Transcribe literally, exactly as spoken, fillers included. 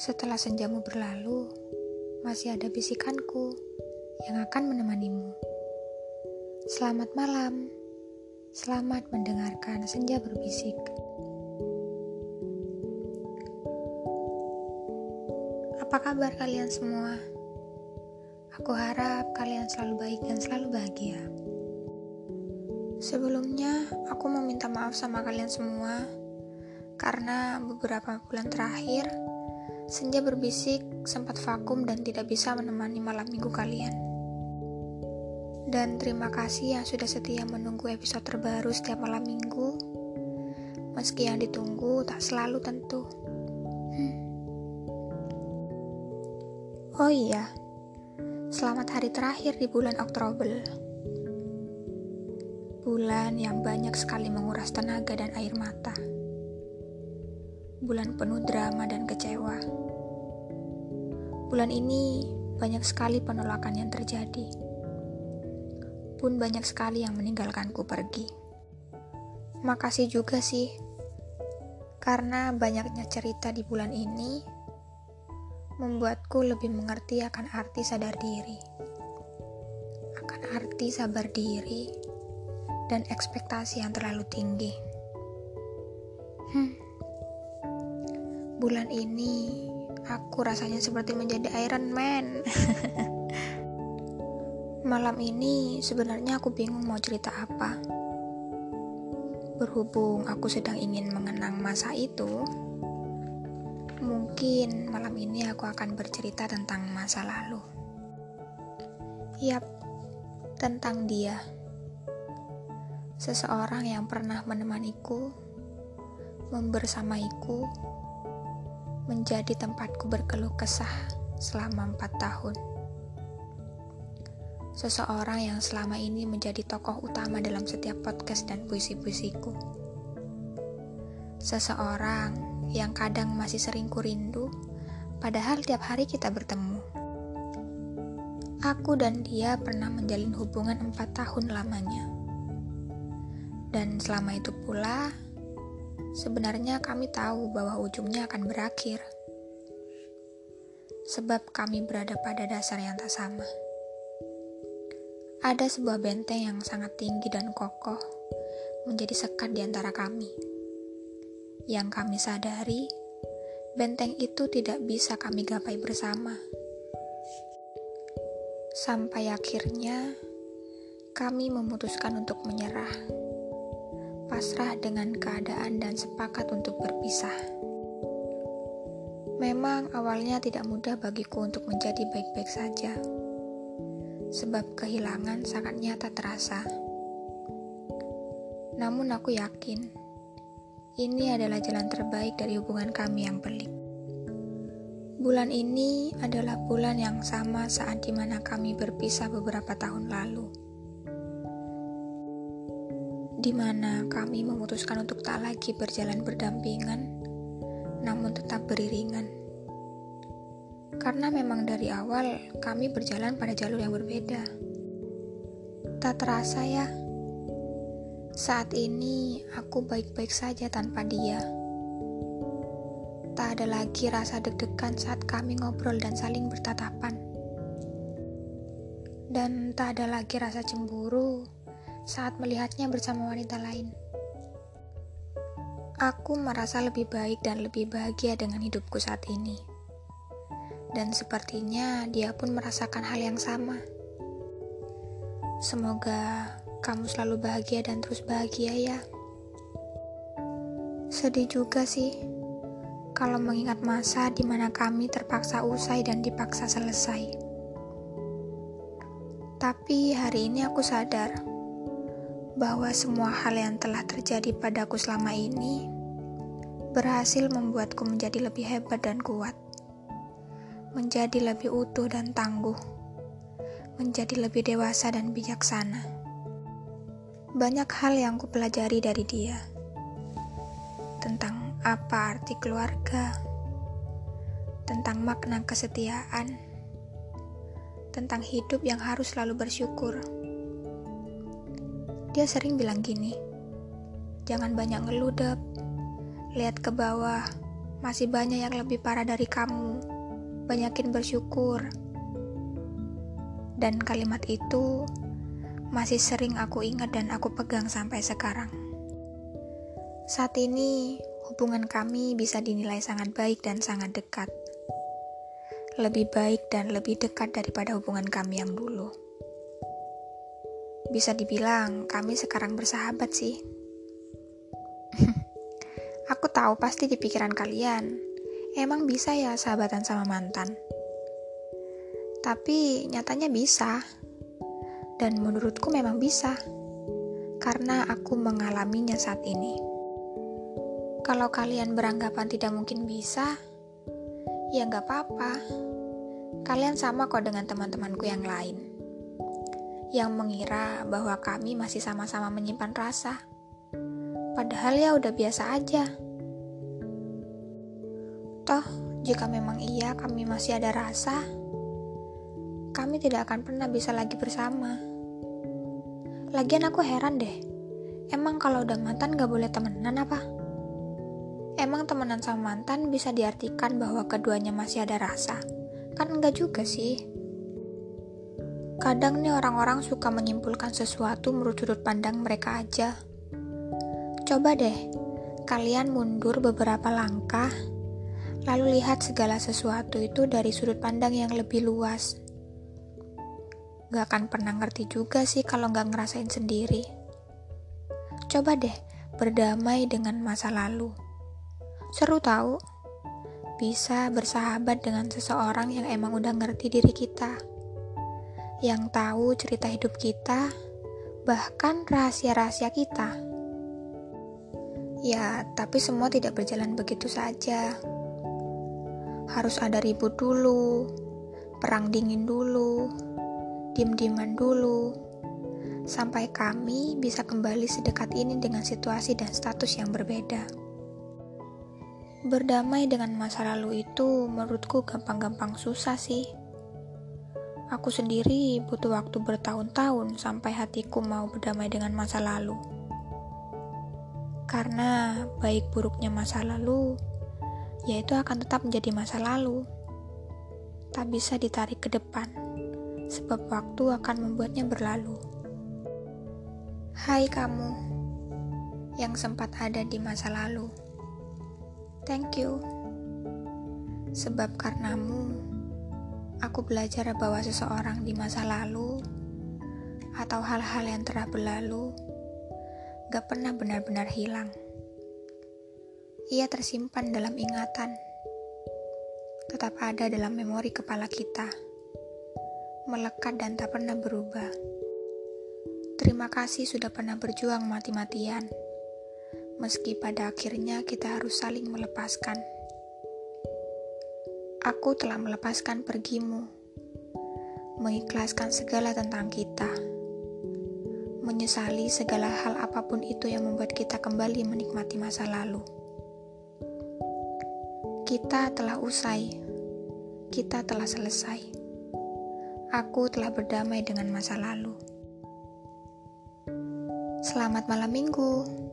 Setelah senjamu berlalu, masih ada bisikanku yang akan menemanimu. Selamat malam, selamat mendengarkan senja berbisik. Apa kabar kalian semua? Aku harap kalian selalu baik dan selalu bahagia. Sebelumnya, aku mau minta maaf sama kalian semua karena beberapa bulan terakhir senja berbisik sempat vakum dan tidak bisa menemani malam minggu kalian. Dan terima kasih yang sudah setia menunggu episode terbaru setiap malam minggu, meski yang ditunggu tak selalu tentu. Hmm. Oh iya, selamat hari terakhir di bulan Oktober. Bulan yang banyak sekali menguras tenaga dan air mata. Bulan penuh drama dan kecewa. Bulan ini banyak sekali penolakan yang terjadi. Pun banyak sekali yang meninggalkanku pergi. Makasih juga sih, karena banyaknya cerita di bulan ini membuatku lebih mengerti akan arti sadar diri, akan arti sabar diri, dan ekspektasi yang terlalu tinggi. Hmm. Bulan ini, aku rasanya seperti menjadi Iron Man. Malam ini, sebenarnya aku bingung mau cerita apa. Berhubung aku sedang ingin mengenang masa itu, mungkin malam ini aku akan bercerita tentang masa lalu. Yap, tentang dia. Seseorang yang pernah menemaniku, membersamaiku, menjadi tempatku berkeluh kesah selama empat tahun. Seseorang yang selama ini menjadi tokoh utama dalam setiap podcast dan puisi-puisiku. Seseorang yang kadang masih sering kurindu, padahal tiap hari kita bertemu. Aku dan dia pernah menjalin hubungan empat tahun lamanya. Dan selama itu pula, sebenarnya kami tahu bahwa ujungnya akan berakhir. Sebab kami berada pada dasar yang tak sama. Ada sebuah benteng yang sangat tinggi dan kokoh menjadi sekat di antara kami. Yang kami sadari, benteng itu tidak bisa kami gapai bersama. Sampai akhirnya, kami memutuskan untuk menyerah. Pasrah dengan keadaan dan sepakat untuk berpisah. Memang awalnya tidak mudah bagiku untuk menjadi baik-baik saja. Sebab kehilangan sangat nyata terasa. Namun aku yakin, ini adalah jalan terbaik dari hubungan kami yang pelik. Bulan ini adalah bulan yang sama saat dimana kami berpisah beberapa tahun lalu. Di mana kami memutuskan untuk tak lagi berjalan berdampingan, namun tetap beriringan. Karena memang dari awal kami berjalan pada jalur yang berbeda. Tak terasa ya, saat ini aku baik-baik saja tanpa dia. Tak ada lagi rasa deg-degan saat kami ngobrol dan saling bertatapan. Dan tak ada lagi rasa cemburu saat melihatnya bersama wanita lain. Aku merasa lebih baik dan lebih bahagia dengan hidupku saat ini. Dan sepertinya dia pun merasakan hal yang sama. Semoga kamu selalu bahagia dan terus bahagia ya. Sedih juga sih kalau mengingat masa di mana kami terpaksa usai dan dipaksa selesai. Tapi hari ini aku sadar bahwa semua hal yang telah terjadi padaku selama ini berhasil membuatku menjadi lebih hebat dan kuat. Menjadi lebih utuh dan tangguh, menjadi lebih dewasa dan bijaksana. Banyak hal yang kupelajari dari dia, tentang apa arti keluarga, tentang makna kesetiaan, tentang hidup yang harus selalu bersyukur. Dia sering bilang gini, jangan banyak ngeluh Dep, lihat ke bawah, masih banyak yang lebih parah dari kamu. Banyakin bersyukur. Dan kalimat itu masih sering aku ingat dan aku pegang sampai sekarang. Saat ini, hubungan kami bisa dinilai sangat baik dan sangat dekat. Lebih baik dan lebih dekat daripada hubungan kami yang dulu. Bisa dibilang kami sekarang bersahabat sih. Aku tahu pasti di pikiran kalian, emang bisa ya sahabatan sama mantan? Tapi nyatanya bisa. Dan menurutku memang bisa. Karena aku mengalaminya saat ini. Kalau kalian beranggapan tidak mungkin bisa, ya nggak apa-apa. Kalian sama kok dengan teman-temanku yang lain. Yang mengira bahwa kami masih sama-sama menyimpan rasa. Padahal ya udah biasa aja. Toh, jika memang iya kami masih ada rasa, kami tidak akan pernah bisa lagi bersama. Lagian aku heran deh, emang kalau udah mantan gak boleh temenan apa? Emang temenan sama mantan bisa diartikan bahwa keduanya masih ada rasa? Kan enggak juga sih. Kadang nih orang-orang suka menyimpulkan sesuatu menurut sudut pandang mereka aja. Coba deh, kalian mundur beberapa langkah, lalu lihat segala sesuatu itu dari sudut pandang yang lebih luas. Gak akan pernah ngerti juga sih kalau gak ngerasain sendiri. Coba deh, berdamai dengan masa lalu. Seru tahu, bisa bersahabat dengan seseorang yang emang udah ngerti diri kita. Yang tahu cerita hidup kita, bahkan rahasia-rahasia kita. Ya, tapi semua tidak berjalan begitu saja. Harus ada ribut dulu, perang dingin dulu, diem-dieman dulu, sampai kami bisa kembali sedekat ini dengan situasi dan status yang berbeda. Berdamai dengan masa lalu itu menurutku gampang-gampang susah sih. Aku sendiri butuh waktu bertahun-tahun sampai hatiku mau berdamai dengan masa lalu. Karena baik buruknya masa lalu, yaitu akan tetap menjadi masa lalu. Tak bisa ditarik ke depan, sebab waktu akan membuatnya berlalu. Hai kamu, yang sempat ada di masa lalu. Thank you. Sebab karenamu, aku belajar bahwa seseorang di masa lalu, atau hal-hal yang telah berlalu, gak pernah benar-benar hilang. Ia tersimpan dalam ingatan, tetap ada dalam memori kepala kita, melekat dan tak pernah berubah. Terima kasih sudah pernah berjuang mati-matian, meski pada akhirnya kita harus saling melepaskan. Aku telah melepaskan pergimu, mengikhlaskan segala tentang kita, menyesali segala hal apapun itu yang membuat kita kembali menikmati masa lalu. Kita telah usai, kita telah selesai. Aku telah berdamai dengan masa lalu. Selamat malam minggu.